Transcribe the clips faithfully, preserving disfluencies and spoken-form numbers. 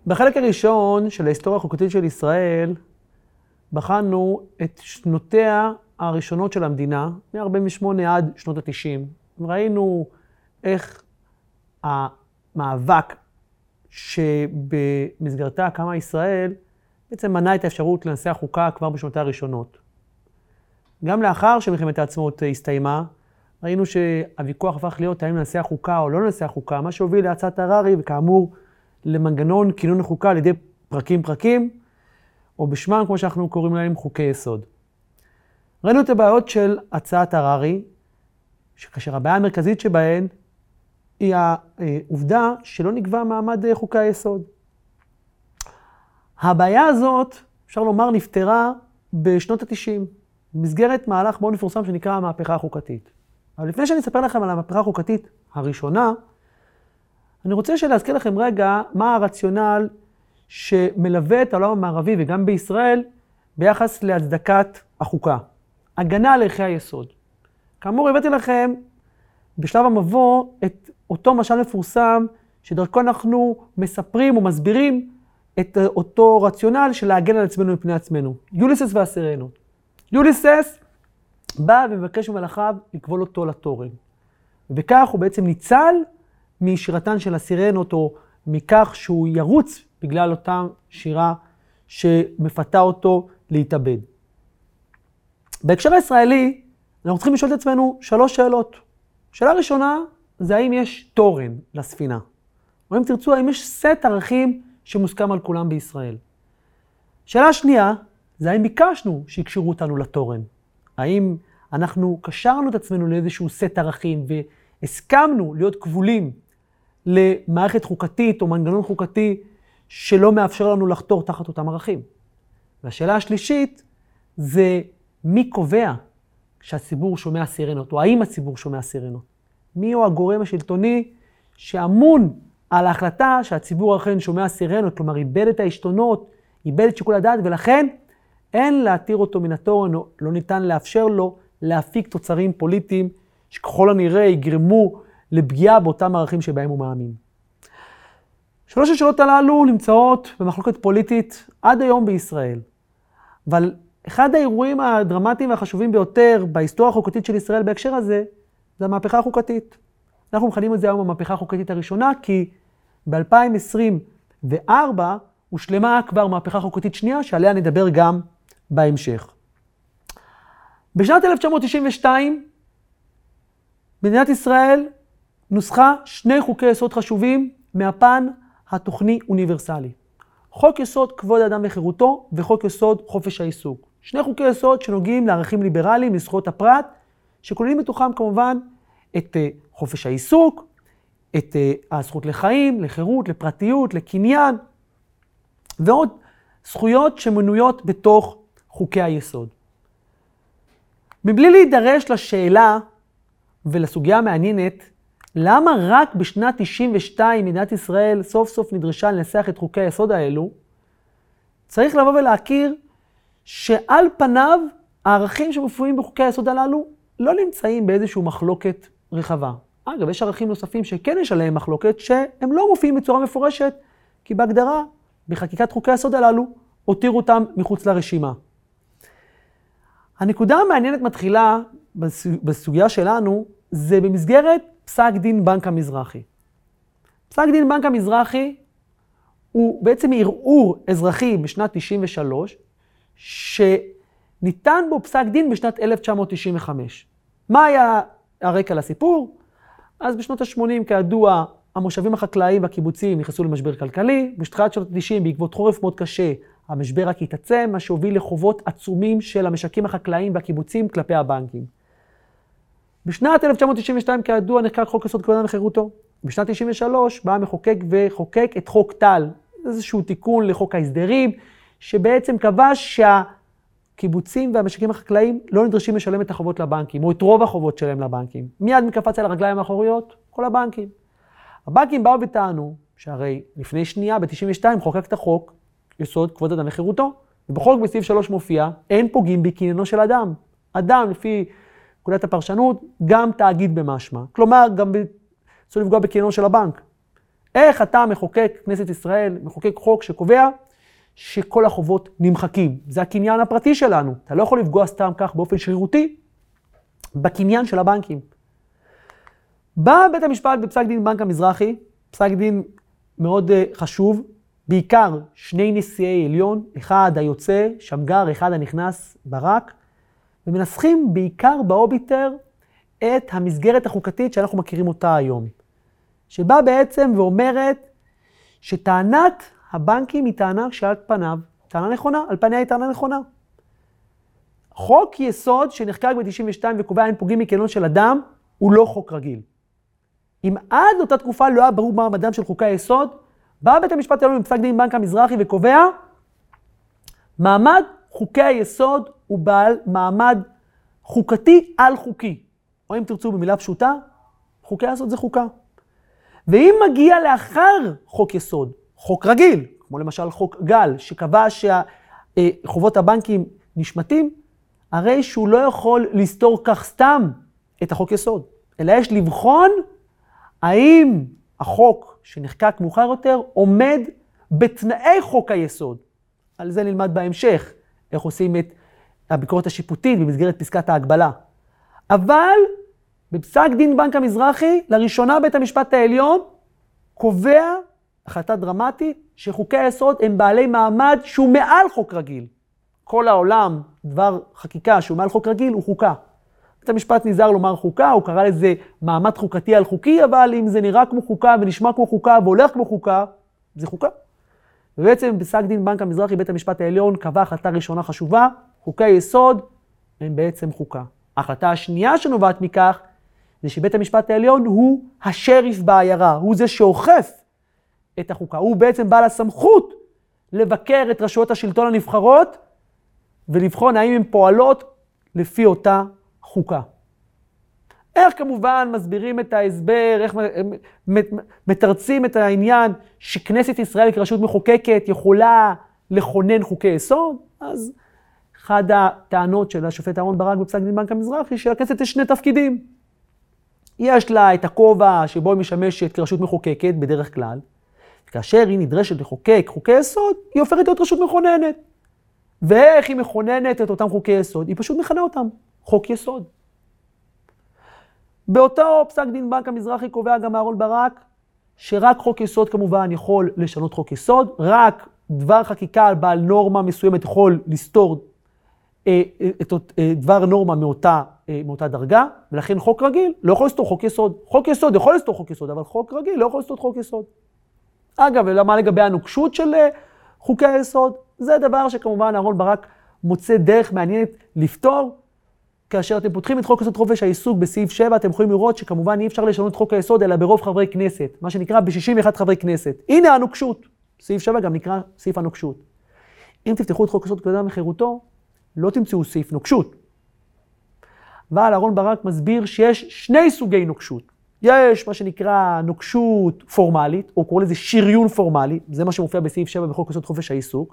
בחלק הראשון של ההיסטוריה החוקתית של ישראל, בחנו את שנותיה הראשונות של המדינה, מ-ארבעים ושמונה עד שנות ה-תשעים. ראינו איך המאבק שבמסגרתה קמה ישראל, בעצם מנע את האפשרות לנסח חוקה כבר בשנותיה הראשונות. גם לאחר שמלחמת העצמאות הסתיימה, ראינו שהוויכוח הפך להיות האם לנסח חוקה או לא לנסח חוקה, מה שהוביל להצעת הררי, וכאמור למנגנון כינון החוקה על ידי פרקים פרקים, או בשמם, כמו שאנחנו קוראים להם, חוקי יסוד. ראינו את הבעיות של הצעת הררי, שכאשר הבעיה המרכזית שבהן היא העובדה שלא נקבע מעמד חוקי היסוד. הבעיה הזאת, אפשר לומר, נפתרה בשנות ה-תשעים, במסגרת מהלך מאוד מפורסם שנקרא המהפכה החוקתית. אבל לפני שאני אספר לכם על המהפכה החוקתית הראשונה, אני רוצה להזכיר לכם רגע מה הרציונל שמלווה את העולם המערבי וגם בישראל ביחס להצדקת החוקה. הגנה על ערכי היסוד. כאמור, הבאתי לכם בשלב המבוא את אותו משל מפורסם שדרכו אנחנו מספרים ומסבירים את אותו רציונל של להגן על עצמנו מפני עצמנו. יוליסס והסירנות. יוליסס בא ומבקש ממלאכיו לקבול אותו לתורן. ובכך הוא בעצם ניצל משירתן של הסירנות, או מכך שהוא ירוץ בגלל אותה שירה שמפתה אותו להתאבד. בהקשר הישראלי, אנחנו צריכים לשאול את עצמנו שלוש שאלות. שאלה ראשונה, זה האם יש תורן לספינה. או אם תרצו, האם יש סט ערכים שמוסכם על כולם בישראל. שאלה שנייה, זה האם ביקשנו שיקשרו אותנו לתורן. האם אנחנו קשרנו את עצמנו לאיזשהו סט ערכים והסכמנו להיות כבולים למערכת חוקתית או מנגנון חוקתי שלא מאפשר לנו לחתור תחת אותם ערכים. והשאלה השלישית זה מי קובע שהציבור שומע סירנות, או האם הציבור שומע סירנות. מי הוא הגורם השלטוני שאמון על ההחלטה שהציבור אכן שומע סירנות, כלומר איבד את העשתונות, איבד את שיקול הדעת, ולכן אין להתיר אותו מן התורן, לא ניתן לאפשר לו להפיק תוצרים פוליטיים שככל הנראה יגרמו לפגיעה באותם ערכים שבהם הוא מאמין. שלוש השאלות הללו נמצאות במחלוקת פוליטית עד היום בישראל. אבל אחד האירועים הדרמטיים והחשובים ביותר בהיסטוריה החוקתית של ישראל בהקשר הזה, זה המהפכה החוקתית. אנחנו מכנים את זה היום המהפכה החוקתית הראשונה, כי ב-אלפיים עשרים וארבע הושלמה כבר מהפכה חוקתית שנייה, שעליה נדבר גם בהמשך. בשנת אלף תשע מאות תשעים ושתיים, מדינת ישראל נוסחה שני חוקי יסוד חשובים מהפן התוכני אוניברסלי. חוק יסוד כבוד האדם וחירותו וחוק יסוד חופש העיסוק. שני חוקי יסוד שנוגעים לערכים ליברליים, לזכויות הפרט, שכוללים בתוכם כמובן את חופש העיסוק, את הזכות לחיים, לחירות, לפרטיות, לקניין, ועוד זכויות שמנויות בתוך חוקי היסוד. מבלי להידרש לשאלה ולסוגיה המעניינת, למה רק בשנת תשעים ושתיים מדינת ישראל סוף סוף נדרשה לנסח את חוקי היסוד האלו, צריך לבוא ולהכיר שעל פניו הערכים שמופיעים בחוקי היסוד הללו לא נמצאים באיזושהי מחלוקת רחבה. אגב, יש ערכים נוספים שכן יש עליהם מחלוקת שהם לא מופיעים בצורה מפורשת, כי בהגדרה, בחקיקת חוקי היסוד הללו, הותירו אותם מחוץ לרשימה. הנקודה המעניינת מתחילה בסוגיה שלנו, זה במסגרת פסק דין בנק המזרחי. פסק דין בנק המזרחי הוא בעצם ערעור אזרחי בשנת תשעים ושלוש, שניתן בו פסק דין בשנת אלף תשע מאות תשעים וחמש. מה היה הרקע לסיפור? אז בשנות ה-שמונים, כידוע, המושבים החקלאיים והקיבוצים נכנסו למשבר כלכלי. בשנת שנות ה-תשעים, בעקבות חורף מאוד קשה, המשבר רק התעצם, מה שהוביל לחובות עצומים של המשקים החקלאיים והקיבוצים כלפי הבנקים. בשנת אלף תשע מאות תשעים ושתיים, כידוע, נחקק חוק יסוד כבוד האדם וחירותו. בשנת תשעים ושלוש בא המחוקק וחוקק את חוק טל, איזשהו תיקון לחוק ההסדרים, שבעצם קבע שהקיבוצים והמשקים החקלאיים לא נדרשים לשלם את החובות לבנקים, או את רוב החובות שלהם לבנקים. מיד מקפץ על הרגליים האחוריות, כל הבנקים. הבנקים באו וטענו שהרי לפני שנייה, ב-תשעים ושתיים, חוקק את החוק יסוד כבוד האדם וחירותו, ובחוק בסעיף שלוש מופיע, אין פוגעים בקניינו של אדם. אדם, לפי פקודת הפרשנות, גם תאגיד במשמע. כלומר, גם צריך לפגוע בקניינו של הבנק. איך אתה מחוקק, כנסת ישראל, מחוקק חוק שקובע שכל החובות נמחקים. זה הקניין הפרטי שלנו. אתה לא יכול לפגוע סתם כך באופן שרירותי בקניין של הבנקים. בא בית המשפט בפסק דין בנק המזרחי, פסק דין מאוד uh, חשוב, בעיקר שני נשיאי עליון, אחד היוצא, שמגר, אחד הנכנס, ברק, ומנסחים בעיקר באוביטר את המסגרת החוקתית שאנחנו מכירים אותה היום. שבאה בעצם ואומרת שטענת הבנקים היא טענה שעל פניו, טענה נכונה, על פניה היא טענה נכונה. חוק יסוד שנחקק ב-תשעים ושתיים וקובע אין פוגעים מקניינו של אדם, הוא לא חוק רגיל. אם עד לאותה תקופה לא היה ברור מעמדם של חוקי היסוד, בא בית המשפט העליון בפסק דין בנק המזרחי וקובע, מעמד חוקי היסוד הוא בעל מעמד חוקתי על חוקי. או אם תרצו במילה פשוטה, חוקי היסוד זה חוקה. ואם מגיע לאחר חוק יסוד, חוק רגיל, כמו למשל חוק גל, שקבע שחובות הבנקים נשמטים, הרי שהוא לא יכול לסתור כך סתם את החוק יסוד, אלא יש לבחון האם החוק שנחקק מאוחר יותר עומד בתנאי חוק היסוד. על זה נלמד בהמשך, איך עושים את הביקורת השיפוטית במסגרת פסקת ההגבלה. אבל בפסק דין בנק המזרחי, לראשונה בית המשפט העליון קובע החלטה דרמטית שחוקי היסוד הם בעלי מעמד שהוא מעל חוק רגיל. כל העולם, דבר חקיקה שהוא מעל חוק רגיל, הוא חוקה. בית המשפט נזהר לומר חוקה, הוא קרא לזה מעמד חוקתי על חוקי, אבל אם זה נראה כמו חוקה ונשמע כמו חוקה והולך כמו חוקה, זה חוקה. ובעצם בפסק דין בנק המזרחי, בית המשפט העליון קבע החלטה ראשונה חשובה, חוקי היסוד הם בעצם חוקה. ההחלטה השנייה שנובעת מכך, זה שבית המשפט העליון הוא השריף בעיירה, הוא זה שאוכף את החוקה. הוא בעצם בעל הסמכות לבקר את רשויות השלטון הנבחרות, ולבחון האם הן פועלות לפי אותה חוקה. איך כמובן מסבירים את ההסבר, איך מתרצים את העניין שכנסת ישראל כרשות מחוקקת יכולה לכונן חוקי יסוד? אז אחד הטענות של השופט אהרון ברק בפסק דין בנק המזרחי, שלכנסת יש שני תפקידים. יש לה את הכובע שבו היא משמשת כרשות מחוקקת בדרך כלל, כאשר היא נדרשת לחוקק חוקי יסוד, היא הופכת להיות רשות מכוננת. ואיך היא מכוננת את אותם חוקי יסוד? היא פשוט מכנה אותם חוק יסוד. באותו פסק דין בנק המזרחי קובע גם אהרון ברק, שרק חוק יסוד כמובן יכול לשנות חוק יסוד, רק דבר חקיקה בעל נורמה מסוימת יכול לסתור אה, את אה, דבר נורמה מאותה, אה, מאותה דרגה, ולכן חוק רגיל לא יכול לסתור חוק יסוד. חוק יסוד יכול לסתור חוק יסוד, אבל חוק רגיל לא יכול לסתור חוק יסוד. אגב, ולמה לגבי הנוקשות של אה, חוקי היסוד? זה דבר שכמובן אהרון ברק מוצא דרך מעניינת לפתור. כאשר אתם פותחים את חוק יסוד חופש העיסוק בסעיף שבע, אתם יכולים לראות שכמובן אי אפשר לשנות חוק היסוד אלא ברוב חברי כנסת, מה שנקרא ב-שישים ואחד חברי כנסת. הנה הנוקשות. סעיף שבע גם נקרא סעיף הנוקשות. אם תפתחו את חוק יסוד כבוד האדם וחירותו, לא תמצאו סעיף נוקשות. אבל אהרון ברק מסביר שיש שני סוגי נוקשות. יש מה שנקרא נוקשות פורמלית, או קורא לזה שריון פורמלי, זה מה שמופיע בסעיף שבע בחוק יסוד חופש העיסוק.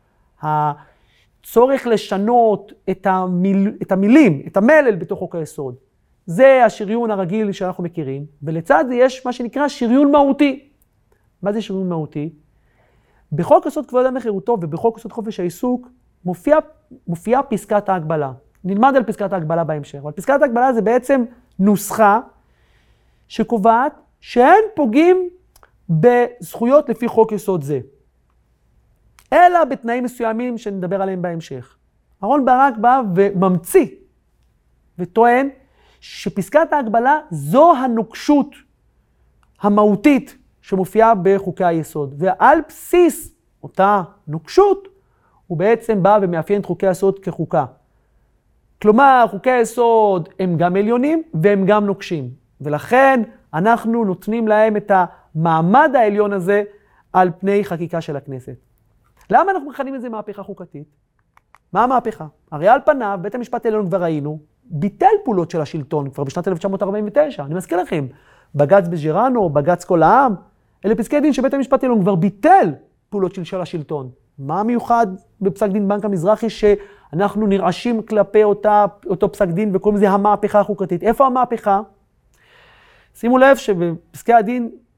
הצורך לשנות את, המיל, את המילים, את המלל בתוך חוק היסוד, זה השריון הרגיל שאנחנו מכירים, ולצד זה יש מה שנקרא שריון מהותי. מה זה שריון מהותי? בחוק יסוד כבוד האדם וחירותו ובחוק יסוד חופש העיסוק מופיע, מופיע פסקת ההגבלה. נלמד על פסקת ההגבלה בהמשך, אבל פסקת ההגבלה זה בעצם נוסחה שקובעת שאין פוגעים בזכויות לפי חוק יסוד זה. אלא בתנאים מסוימים שנדבר עליהם בהמשך. אהרון ברק בא וממציא וטוען שפסקת ההגבלה זו הנוקשות המהותית שמופיעה בחוקי היסוד. ועל בסיס אותה נוקשות הוא בעצם בא ומאפיין את חוקי היסוד כחוקה. כלומר, חוקי היסוד הם גם עליונים והם גם נוקשים. ולכן אנחנו נותנים להם את המעמד העליון הזה על פני חקיקה של הכנסת. למה אנחנו מכנים את זה מהפכה חוקתית? מה המהפכה? הרי על פניו, בית המשפט העליון כבר ראינו, ביטל פעולות של השלטון כבר בשנת אלף תשע מאות ארבעים ותשע. אני מזכיר לכם, בג"ץ בג'רנו, בג"ץ כל העם, אלה פסקי דין שבית המשפט העליון כבר ביטל פעולות של, של השלטון. מה מיוחד בפסק דין בנק המזרחי שאנחנו נרעשים כלפי אותה, אותו פסק דין וקוראים לזה המהפכה החוקתית? איפה המהפכה? שימו לב שבפסקי הדין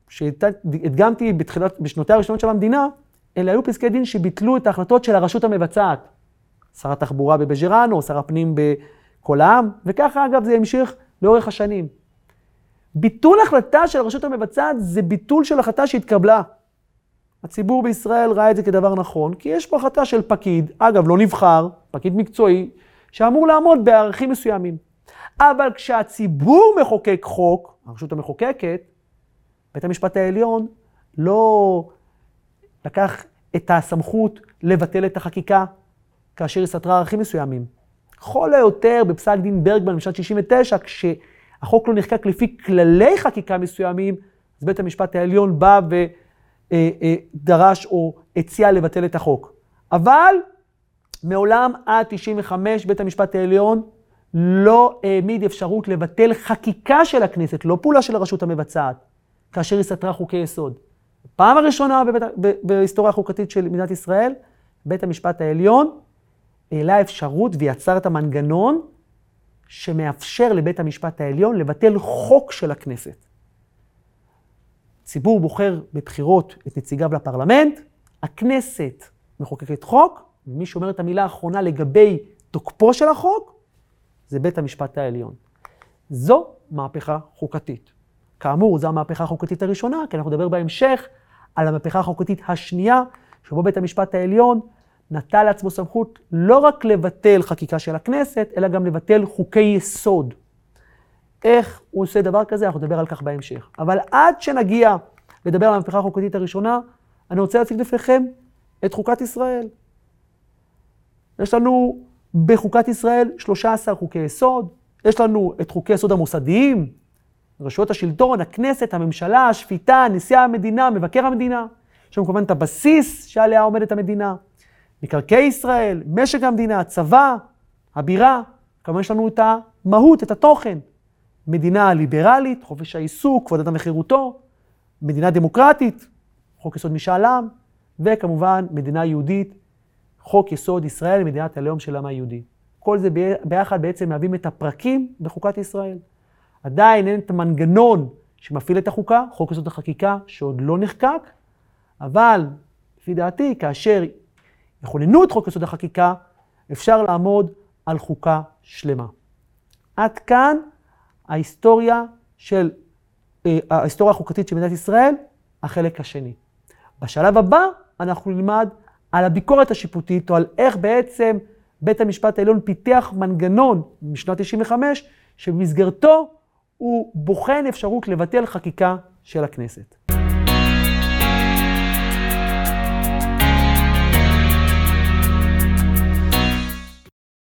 שהדגמתי בתחילת, בשנותיה הראשונות של המדינה, אלה היו פסקי דין שביטלו את ההחלטות של הרשות המבצעת. שר התחבורה בבז'רנו, שר הפנים בכל העם, וככה אגב זה המשיך לאורך השנים. ביטול החלטה של הרשות המבצעת זה ביטול של החלטה שהתקבלה. הציבור בישראל ראה את זה כדבר נכון, כי יש פה החלטה של פקיד, אגב לא נבחר, פקיד מקצועי, שאמור לעמוד בערכים מסוימים. אבל כשהציבור מחוקק חוק, הרשות המחוקקת, בית המשפט העליון לא לקח את הסמכות לבטל את החקיקה, כאשר היא סתרה ערכים מסוימים. לכל היותר בפסק דין ברגמן בשנת שישים ותשע, כשהחוק לא נחקק לפי כללי חקיקה מסוימים, אז בית המשפט העליון בא ודרש או הציע לבטל את החוק. אבל מעולם עד תשעים וחמש בית המשפט העליון לא העמיד אפשרות לבטל חקיקה של הכנסת, לא פעולה של הרשות המבצעת, כאשר היא סתרה חוקי יסוד. פעם הראשונה בבית, ב, בהיסטוריה החוקתית של מדינת ישראל, בית המשפט העליון העלה אפשרות ויצר את המנגנון שמאפשר לבית המשפט העליון לבטל חוק של הכנסת. ציבור בוחר בבחירות את נציגיו לפרלמנט, הכנסת מחוקקת חוק, ומי שאומר את המילה האחרונה לגבי תוקפו של החוק, זה בית המשפט העליון. זו מהפכה חוקתית. כאמור, זו המהפכה החוקתית הראשונה, כי אנחנו נדבר בהמשך על המהפכה החוקתית השנייה, שבו בית המשפט העליון נטל לעצמו סמכות לא רק לבטל חקיקה של הכנסת, אלא גם לבטל חוקי יסוד. איך הוא עושה דבר כזה? אנחנו נדבר על כך בהמשך. אבל עד שנגיע לדבר על המהפכה החוקתית הראשונה, אני רוצה להציג לפניכם את חוקת ישראל. יש לנו בחוקת ישראל שלושה עשר חוקי יסוד, יש לנו את חוקי יסוד המוסדיים, רשויות השלטון, הכנסת, הממשלה, השפיטה, נשיא המדינה, מבקר המדינה. יש לנו כמובן את הבסיס שעליה עומדת המדינה, מקרקעי ישראל, משק המדינה, הצבא, הבירה, כמובן יש לנו את המהות, את התוכן. מדינה ליברלית, חופש העיסוק, כבוד אדם וחירותו, מדינה דמוקרטית, חוק יסוד משאל עם, וכמובן מדינה יהודית, חוק יסוד ישראל, מדינת הלאום של העם היהודי. כל זה ביחד בעצם מהווים את הפרקים בחוקת ישראל. עדיין אין את המנגנון שמפעיל את החוקה, חוק יסוד החקיקה שעוד לא נחקק, אבל לפי דעתי, כאשר יכוננו את חוק יסוד החקיקה, אפשר לעמוד על חוקה שלמה. עד כאן ההיסטוריה של, ההיסטוריה החוקתית של מדינת ישראל, החלק השני. בשלב הבא אנחנו נלמד על הביקורת השיפוטית, או על איך בעצם בית המשפט העליון פיתח מנגנון משנת תשעים וחמש, שבמסגרתו הוא בוחן אפשרות לבטל חקיקה של הכנסת.